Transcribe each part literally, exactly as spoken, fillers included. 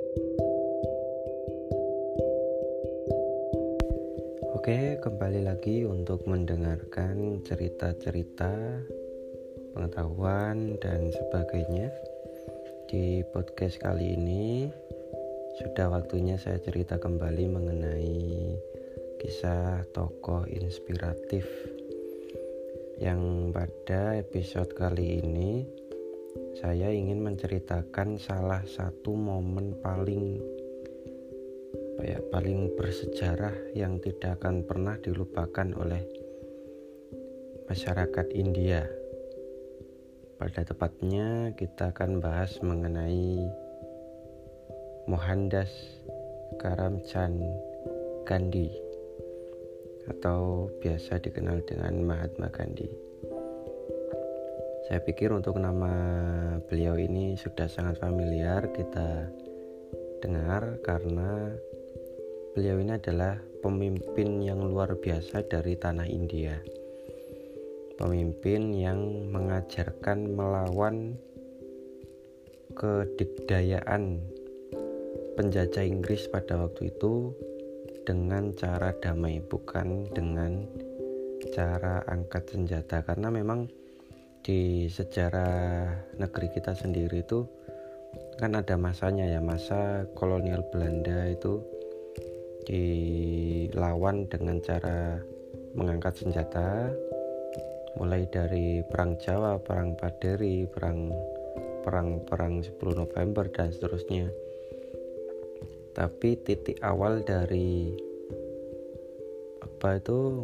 Oke, kembali lagi untuk mendengarkan cerita-cerita, pengetahuan, dan sebagainya. Di podcast kali ini, sudah waktunya saya cerita kembali mengenai kisah tokoh inspiratif. Yang pada episode kali ini, saya ingin menceritakan salah satu momen paling ya, paling bersejarah yang tidak akan pernah dilupakan oleh masyarakat India. Pada tepatnya kita akan bahas mengenai Mohandas Karamchand Gandhi atau biasa dikenal dengan Mahatma Gandhi. Saya pikir untuk nama beliau ini sudah sangat familiar kita dengar karena beliau ini adalah pemimpin yang luar biasa dari tanah India. Pemimpin yang mengajarkan melawan kedikdayaan penjajah Inggris pada waktu itu dengan cara damai, bukan dengan cara angkat senjata. Karena memang di sejarah negeri kita sendiri itu kan ada masanya ya, masa kolonial Belanda itu dilawan dengan cara mengangkat senjata, mulai dari perang Jawa, perang Paderi, perang perang perang sepuluh November dan seterusnya. Tapi titik awal dari apa itu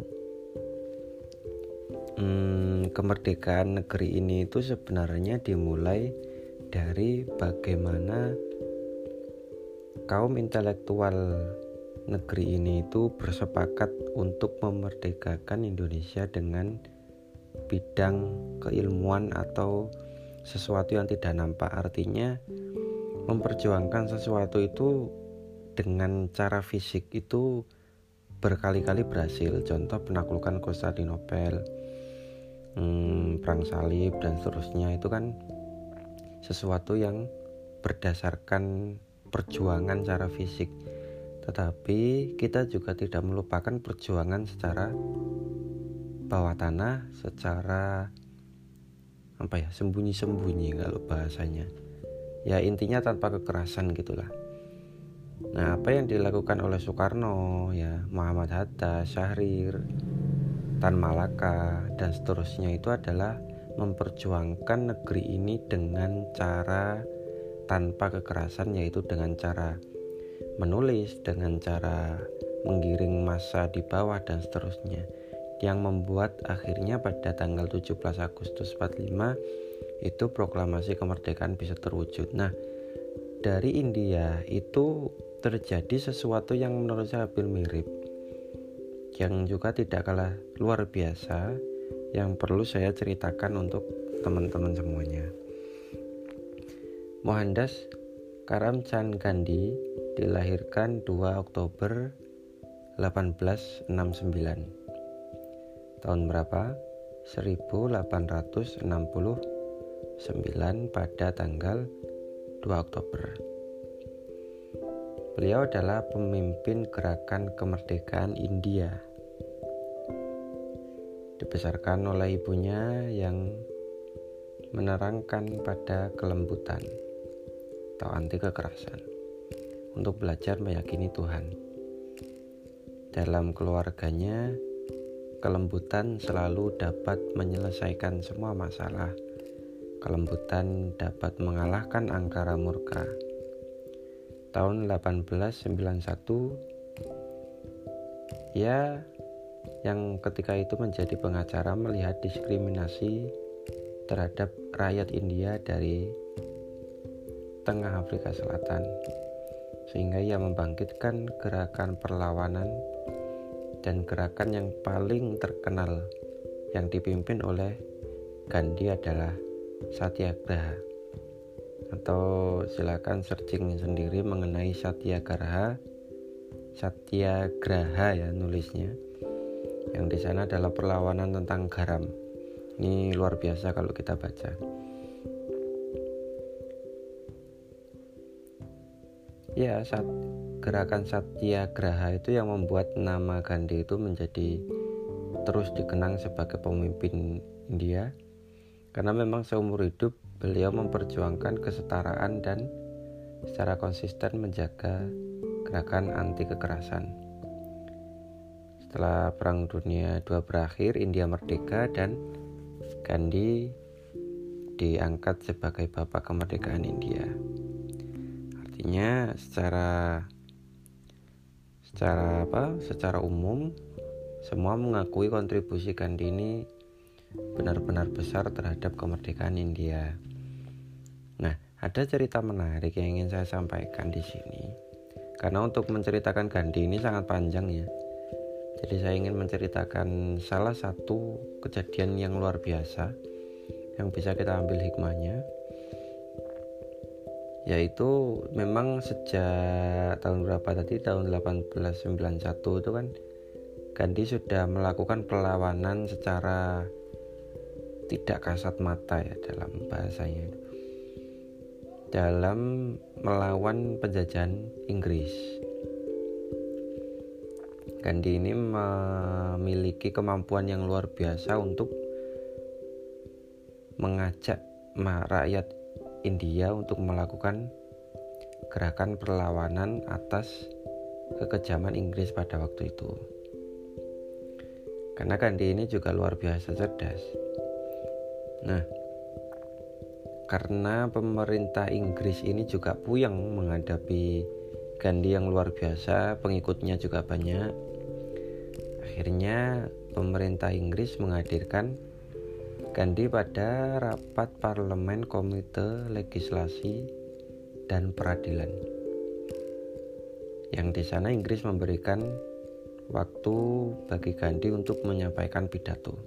hmm, kemerdekaan negeri ini itu sebenarnya dimulai dari bagaimana kaum intelektual negeri ini itu bersepakat untuk memerdekakan Indonesia dengan bidang keilmuan atau sesuatu yang tidak nampak. Artinya memperjuangkan sesuatu itu dengan cara fisik itu berkali-kali berhasil. Contoh penaklukan Konstantinopel, hmm, perang salib dan seterusnya, itu kan sesuatu yang berdasarkan perjuangan secara fisik. Tetapi kita juga tidak melupakan perjuangan secara bawah tanah, secara apa ya, sembunyi-sembunyi kalau bahasanya. Ya intinya tanpa kekerasan gitulah. Nah, apa yang dilakukan oleh Soekarno, ya Muhammad Hatta, Syahrir, Tan Malaka dan seterusnya itu adalah memperjuangkan negeri ini dengan cara tanpa kekerasan, yaitu dengan cara menulis, dengan cara menggiring massa di bawah dan seterusnya, yang membuat akhirnya pada tanggal tujuh belas Agustus empat puluh lima itu proklamasi kemerdekaan bisa terwujud. Nah, dari India itu terjadi sesuatu yang menurut saya hampir mirip, yang juga tidak kalah luar biasa, yang perlu saya ceritakan untuk teman-teman semuanya. Mohandas Karamchand Gandhi dilahirkan dua Oktober delapan belas enam puluh sembilan. Tahun berapa? seribu delapan ratus enam puluh sembilan pada tanggal dua Oktober. Beliau adalah pemimpin gerakan kemerdekaan India. Dibesarkan oleh ibunya yang menerangkan pada kelembutan atau anti kekerasan untuk belajar meyakini Tuhan. Dalam keluarganya, kelembutan selalu dapat menyelesaikan semua masalah. Kelembutan dapat mengalahkan angkara murka. Tahun delapan belas sembilan puluh satu, ia yang ketika itu menjadi pengacara melihat diskriminasi terhadap rakyat India dari tengah Afrika Selatan, sehingga ia membangkitkan gerakan perlawanan dan gerakan yang paling terkenal yang dipimpin oleh Gandhi adalah Satyagraha, atau silakan searching sendiri mengenai Satyagraha. Satyagraha ya nulisnya, yang di sana adalah perlawanan tentang garam. Ini luar biasa kalau kita baca. Ya, saat gerakan Satyagraha itu yang membuat nama Gandhi itu menjadi terus dikenang sebagai pemimpin India, karena memang seumur hidup beliau memperjuangkan kesetaraan dan secara konsisten menjaga gerakan anti kekerasan. Setelah Perang Dunia kedua berakhir, India merdeka dan Gandhi diangkat sebagai bapak kemerdekaan India. Artinya secara secara apa? Secara umum semua mengakui kontribusi Gandhi ini benar-benar besar terhadap kemerdekaan India. Nah, ada cerita menarik yang ingin saya sampaikan di sini. Karena untuk menceritakan Gandhi ini sangat panjang ya. Jadi saya ingin menceritakan salah satu kejadian yang luar biasa yang bisa kita ambil hikmahnya, yaitu memang sejak tahun berapa tadi, tahun delapan belas sembilan puluh satu itu kan Gandhi sudah melakukan perlawanan secara tidak kasat mata ya dalam bahasanya, dalam melawan penjajahan Inggris. Gandhi ini memiliki kemampuan yang luar biasa untuk mengajak rakyat India untuk melakukan gerakan perlawanan atas kekejaman Inggris pada waktu itu. Karena Gandhi ini juga luar biasa cerdas. Nah, karena pemerintah Inggris ini juga puyeng menghadapi Gandhi yang luar biasa, pengikutnya juga banyak. Akhirnya pemerintah Inggris menghadirkan Gandhi pada rapat parlemen Komite Legislasi dan Peradilan. Yang di sana Inggris memberikan waktu bagi Gandhi untuk menyampaikan pidato.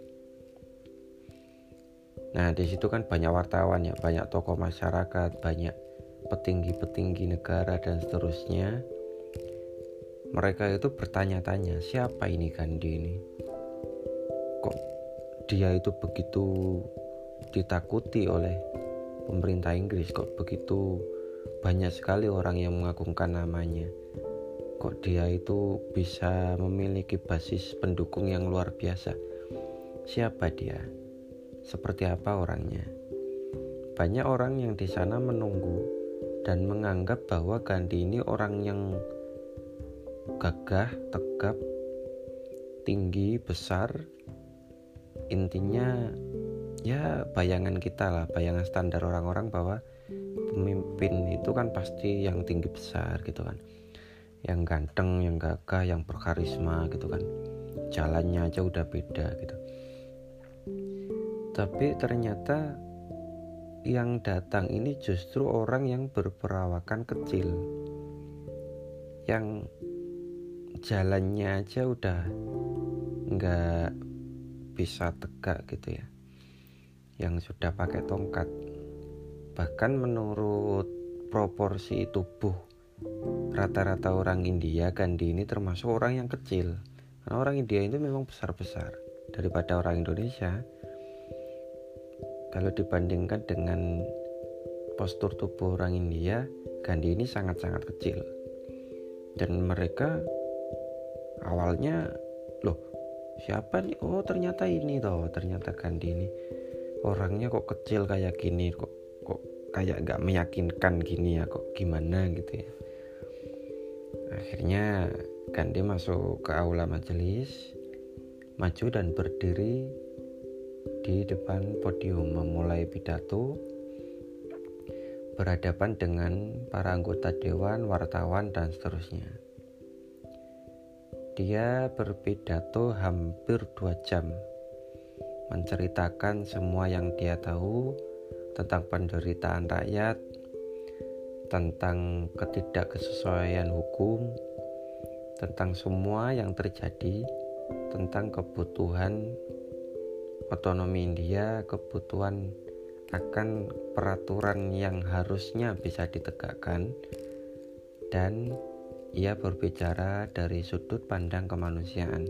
Nah, di situ kan banyak wartawan ya, banyak tokoh masyarakat, banyak petinggi-petinggi negara dan seterusnya. Mereka itu bertanya-tanya, siapa ini Gandhi ini? Kok dia itu begitu ditakuti oleh pemerintah Inggris? Kok begitu banyak sekali orang yang mengagungkan namanya? Kok dia itu bisa memiliki basis pendukung yang luar biasa? Siapa dia? Seperti apa orangnya? Banyak orang yang di sana menunggu dan menganggap bahwa Gandhi ini orang yang gagah, tegap, tinggi, besar. Intinya ya bayangan kita lah, bayangan standar orang-orang bahwa pemimpin itu kan pasti yang tinggi besar gitu kan, yang ganteng, yang gagah, yang berkarisma gitu kan, jalannya aja udah beda gitu. Tapi ternyata yang datang ini justru orang yang berperawakan kecil, yang jalannya aja udah nggak bisa tegak gitu ya, yang sudah pakai tongkat. Bahkan menurut proporsi tubuh rata-rata orang India, Gandhi ini termasuk orang yang kecil. Karena orang India itu memang besar-besar daripada orang Indonesia. Kalau dibandingkan dengan postur tubuh orang India, Gandhi ini sangat-sangat kecil. Dan mereka awalnya, loh siapa nih? Oh ternyata ini toh, ternyata Gandhi ini orangnya kok kecil kayak gini, kok kok kayak gak meyakinkan gini ya, kok gimana gitu ya. Akhirnya Gandhi masuk ke aula majelis, maju dan berdiri di depan podium, memulai pidato berhadapan dengan para anggota dewan, wartawan dan seterusnya. Dia berpidato hampir dua jam, menceritakan semua yang dia tahu tentang penderitaan rakyat, tentang ketidaksesuaian hukum, tentang semua yang terjadi, tentang kebutuhan otonomi India, kebutuhan akan peraturan yang harusnya bisa ditegakkan, dan ia berbicara dari sudut pandang kemanusiaan,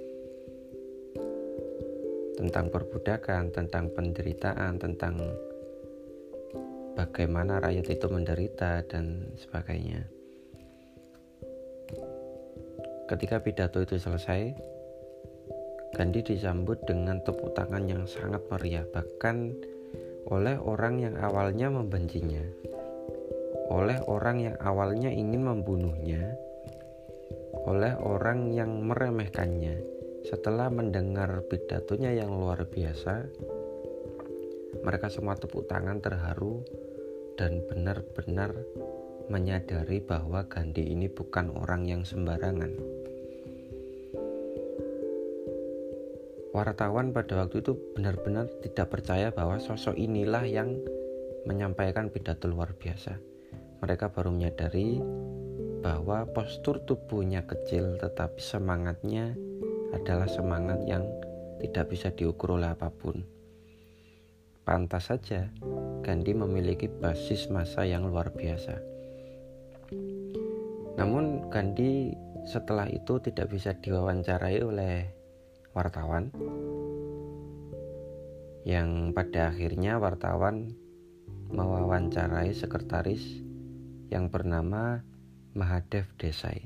tentang perbudakan, tentang penderitaan, tentang bagaimana rakyat itu menderita dan sebagainya. Ketika pidato itu selesai, Gandhi disambut dengan tepuk tangan yang sangat meriah, bahkan oleh orang yang awalnya membencinya, oleh orang yang awalnya ingin membunuhnya, oleh orang yang meremehkannya. Setelah mendengar pidatonya yang luar biasa, mereka semua tepuk tangan terharu dan benar-benar menyadari bahwa Gandhi ini bukan orang yang sembarangan. Wartawan pada waktu itu benar-benar tidak percaya bahwa sosok inilah yang menyampaikan pidato luar biasa. Mereka baru menyadari bahwa postur tubuhnya kecil tetapi semangatnya adalah semangat yang tidak bisa diukur oleh apapun. Pantas saja Gandhi memiliki basis massa yang luar biasa. Namun Gandhi setelah itu tidak bisa diwawancarai oleh wartawan, yang pada akhirnya wartawan mewawancarai sekretaris yang bernama Mahadev Desai.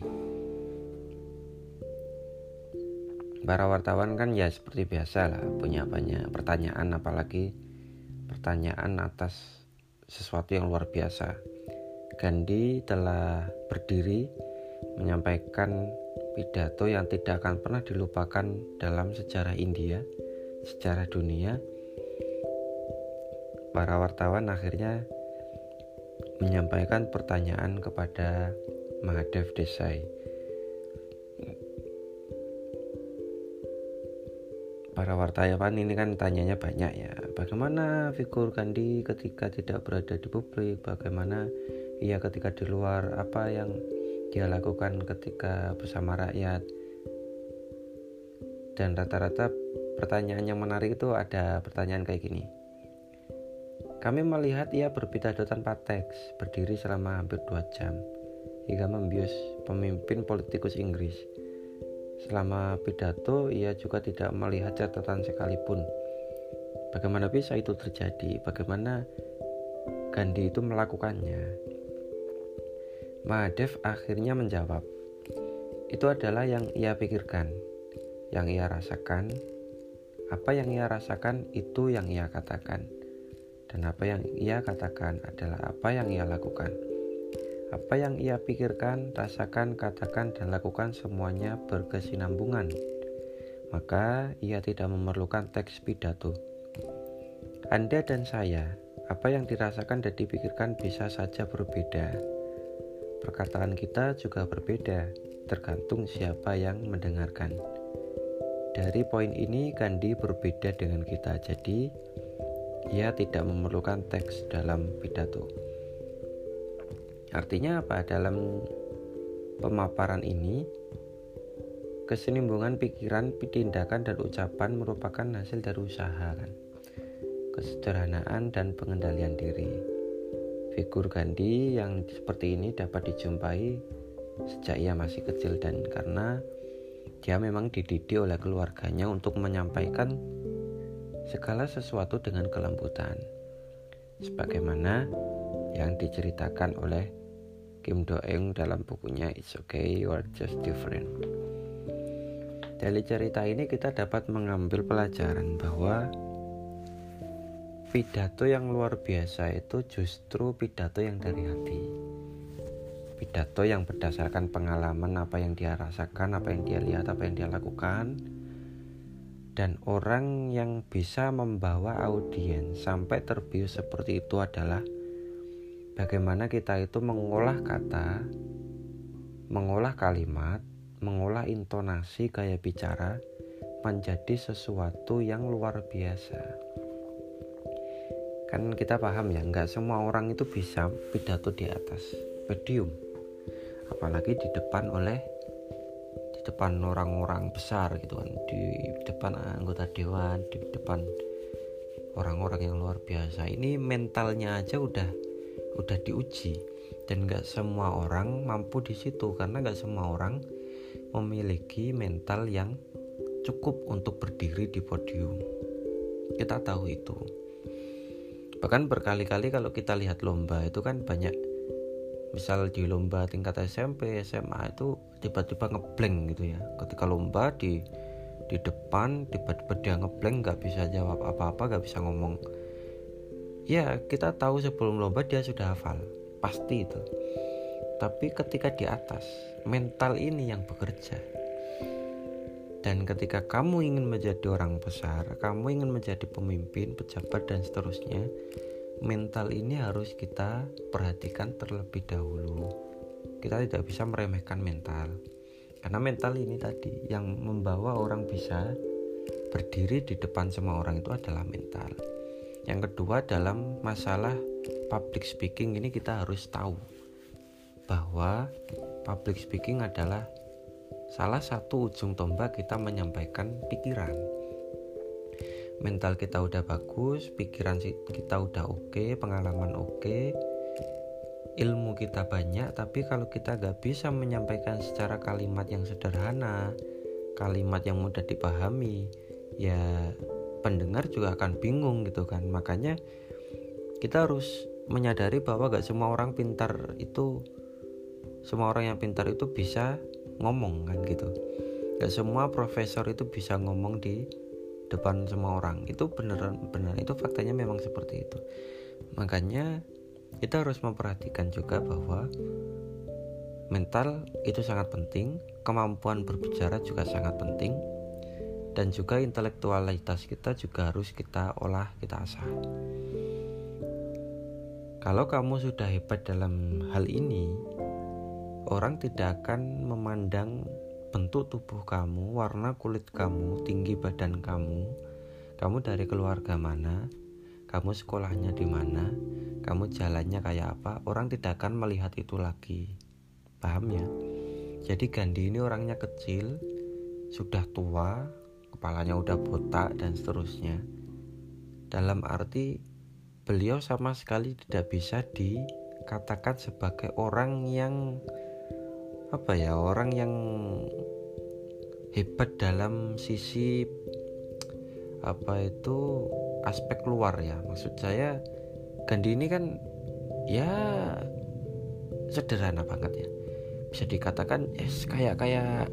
Para wartawan kan ya seperti biasa lah, punya banyak pertanyaan, apalagi pertanyaan atas sesuatu yang luar biasa. Gandhi telah berdiri menyampaikan pidato yang tidak akan pernah dilupakan dalam sejarah India, sejarah dunia. Para wartawan akhirnya menyampaikan pertanyaan kepada Mahadev Desai. Para wartawan ini kan tanyanya banyak ya. Bagaimana figur Gandhi ketika tidak berada di publik? Bagaimana ia ketika di luar? Apa yang dia lakukan ketika bersama rakyat? Dan rata-rata pertanyaan yang menarik itu ada pertanyaan kayak gini. Kami melihat ia berpidato tanpa teks, berdiri selama hampir dua jam, hingga membius pemimpin politikus Inggris. Selama pidato, ia juga tidak melihat catatan sekalipun. Bagaimana bisa itu terjadi? Bagaimana Gandhi itu melakukannya? Mahadev akhirnya menjawab, itu adalah yang ia pikirkan, yang ia rasakan. Apa yang ia rasakan itu yang ia katakan, dan apa yang ia katakan adalah apa yang ia lakukan. Apa yang ia pikirkan, rasakan, katakan, dan lakukan semuanya berkesinambungan. Maka ia tidak memerlukan teks pidato. Anda dan saya, apa yang dirasakan dan dipikirkan bisa saja berbeda. Perkataan kita juga berbeda, tergantung siapa yang mendengarkan. Dari poin ini, Gandhi berbeda dengan kita, jadi ia tidak memerlukan teks dalam pidato. Artinya apa? Dalam pemaparan ini, kesenimbungan pikiran, tindakan, dan ucapan merupakan hasil dari usaha, kan? Kesederhanaan dan pengendalian diri. Figur Gandhi yang seperti ini dapat dijumpai sejak ia masih kecil, dan karena dia memang dididik oleh keluarganya untuk menyampaikan segala sesuatu dengan kelembutan, sebagaimana yang diceritakan oleh Kim Do-eung dalam bukunya It's Okay, You Are Just Different. Dari cerita ini kita dapat mengambil pelajaran bahwa pidato yang luar biasa itu justru pidato yang dari hati. Pidato yang berdasarkan pengalaman, apa yang dia rasakan, apa yang dia lihat, apa yang dia lakukan. Dan orang yang bisa membawa audiens sampai terbius seperti itu adalah bagaimana kita itu mengolah kata, mengolah kalimat, mengolah intonasi gaya bicara menjadi sesuatu yang luar biasa. Kan kita paham ya, nggak semua orang itu bisa pidato di atas podium, apalagi di depan oleh di depan orang-orang besar gitu kan, di depan anggota dewan, di depan orang-orang yang luar biasa. Ini mentalnya aja udah udah diuji, dan nggak semua orang mampu di situ, karena nggak semua orang memiliki mental yang cukup untuk berdiri di podium. Kita tahu itu. Bahkan berkali-kali kalau kita lihat lomba itu kan banyak, misal di lomba tingkat S M P, S M A itu tiba-tiba ngeblank gitu ya. Ketika lomba di di depan tiba-tiba dia ngeblank, nggak bisa jawab apa-apa, nggak bisa ngomong. Ya kita tahu sebelum lomba dia sudah hafal, pasti itu. Tapi ketika di atas, mental ini yang bekerja. Dan ketika kamu ingin menjadi orang besar, kamu ingin menjadi pemimpin, pejabat dan seterusnya, mental ini harus kita perhatikan terlebih dahulu. Kita tidak bisa meremehkan mental, karena mental ini tadi yang membawa orang bisa berdiri di depan semua orang itu adalah mental. Yang kedua, dalam masalah public speaking ini kita harus tahu bahwa public speaking adalah salah satu ujung tombak kita menyampaikan pikiran. Mental kita udah bagus, pikiran kita udah oke, pengalaman oke, ilmu kita banyak, tapi kalau kita gak bisa menyampaikan secara kalimat yang sederhana, kalimat yang mudah dipahami, ya pendengar juga akan bingung gitu kan. Makanya kita harus menyadari bahwa gak semua orang pintar itu Semua orang yang pintar itu bisa ngomong kan gitu. Gak semua profesor itu bisa ngomong di depan semua orang. Itu beneran benar, itu faktanya memang seperti itu. Makanya kita harus memperhatikan juga bahwa mental itu sangat penting, kemampuan berbicara juga sangat penting, dan juga intelektualitas kita juga harus kita olah, kita asah. Kalau kamu sudah hebat dalam hal ini, orang tidak akan memandang bentuk tubuh kamu, warna kulit kamu, tinggi badan kamu, kamu dari keluarga mana, kamu sekolahnya di mana, kamu jalannya kayak apa. Orang tidak akan melihat itu lagi. Paham ya? Jadi Gandhi ini orangnya kecil, sudah tua, kepalanya udah botak dan seterusnya. Dalam arti beliau sama sekali tidak bisa dikatakan sebagai orang yang apa ya, orang yang hebat dalam sisi apa itu aspek luar ya. Maksud saya Gandhi ini kan ya sederhana banget ya, bisa dikatakan yes, kayak kayak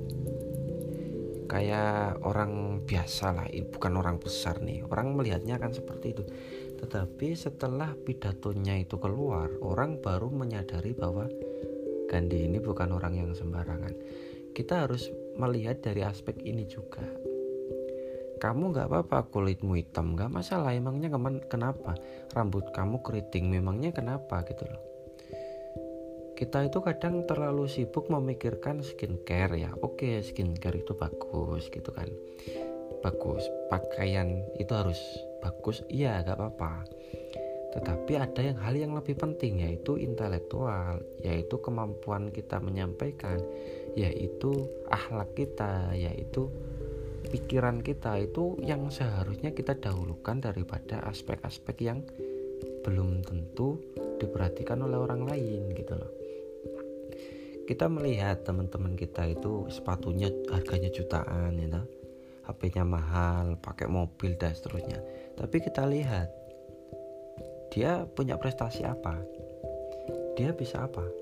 kayak orang biasa lah, bukan orang besar nih. Orang melihatnya akan seperti itu. Tetapi setelah pidatonya itu keluar, orang baru menyadari bahwa Gandhi ini bukan orang yang sembarangan. Kita harus melihat dari aspek ini juga. Kamu gak apa-apa kulitmu hitam, gak masalah. Emangnya kenapa? Rambut kamu keriting, memangnya kenapa gitu loh. Kita itu kadang terlalu sibuk memikirkan skincare ya. Oke, skincare itu bagus gitu kan. Bagus, pakaian itu harus bagus, iya gak apa-apa. Tetapi ada yang hal yang lebih penting, yaitu intelektual, yaitu kemampuan kita menyampaikan, yaitu akhlak kita, yaitu pikiran kita. Itu yang seharusnya kita dahulukan daripada aspek-aspek yang belum tentu diperhatikan oleh orang lain gitu loh. Kita melihat teman-teman kita itu sepatunya harganya jutaan ya, H P-nya mahal, pakai mobil dan seterusnya. Tapi kita lihat dia punya prestasi apa? Dia bisa apa?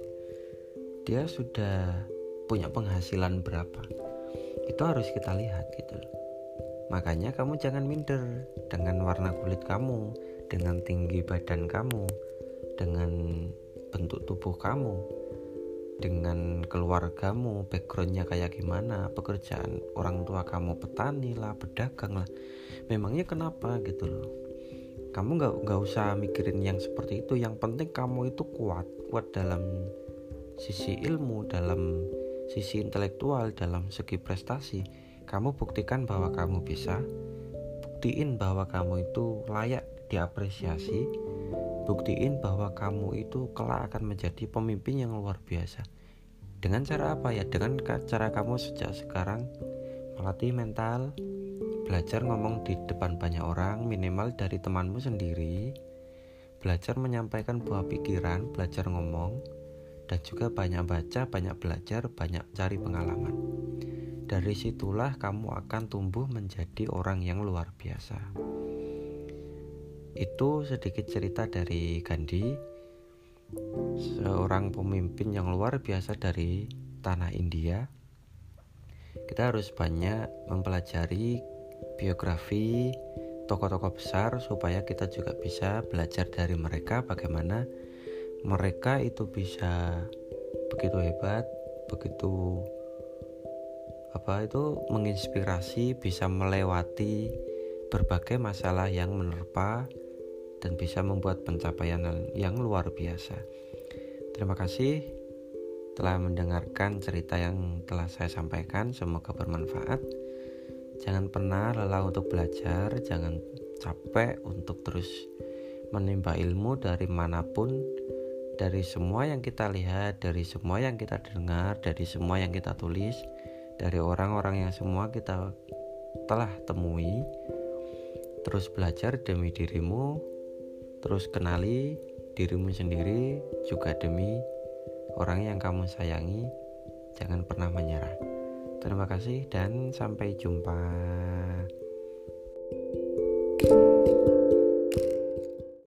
Dia sudah punya penghasilan berapa? Itu harus kita lihat gitu loh. Makanya kamu jangan minder dengan warna kulit kamu, dengan tinggi badan kamu, dengan bentuk tubuh kamu, dengan keluargamu, backgroundnya kayak gimana, pekerjaan orang tua kamu petani lah, pedagang lah. Memangnya kenapa gitu loh. Kamu gak, gak usah mikirin yang seperti itu. Yang penting kamu itu kuat Kuat dalam sisi ilmu, dalam sisi intelektual, dalam segi prestasi. Kamu buktikan bahwa kamu bisa. Buktiin bahwa kamu itu layak diapresiasi. Buktiin bahwa kamu itu kelak akan menjadi pemimpin yang luar biasa. Dengan cara apa ya? Dengan cara kamu sejak sekarang melatih mental, belajar ngomong di depan banyak orang, minimal dari temanmu sendiri, belajar menyampaikan buah pikiran, belajar ngomong, dan juga banyak baca, banyak belajar, banyak cari pengalaman. Dari situlah kamu akan tumbuh menjadi orang yang luar biasa. Itu sedikit cerita dari Gandhi, seorang pemimpin yang luar biasa dari tanah India, kita harus banyak mempelajari biografi tokoh-tokoh besar supaya kita juga bisa belajar dari mereka bagaimana mereka itu bisa begitu hebat, begitu apa itu menginspirasi, bisa melewati berbagai masalah yang menerpa dan bisa membuat pencapaian yang luar biasa. Terima kasih telah mendengarkan cerita yang telah saya sampaikan, semoga bermanfaat. Jangan pernah lelah untuk belajar, jangan capek untuk terus menimba ilmu dari manapun, dari semua yang kita lihat, dari semua yang kita dengar, dari semua yang kita tulis, dari orang-orang yang semua kita telah temui. Terus belajar demi dirimu, terus kenali dirimu sendiri juga demi orang yang kamu sayangi. Jangan pernah menyerah. Terima kasih dan sampai jumpa.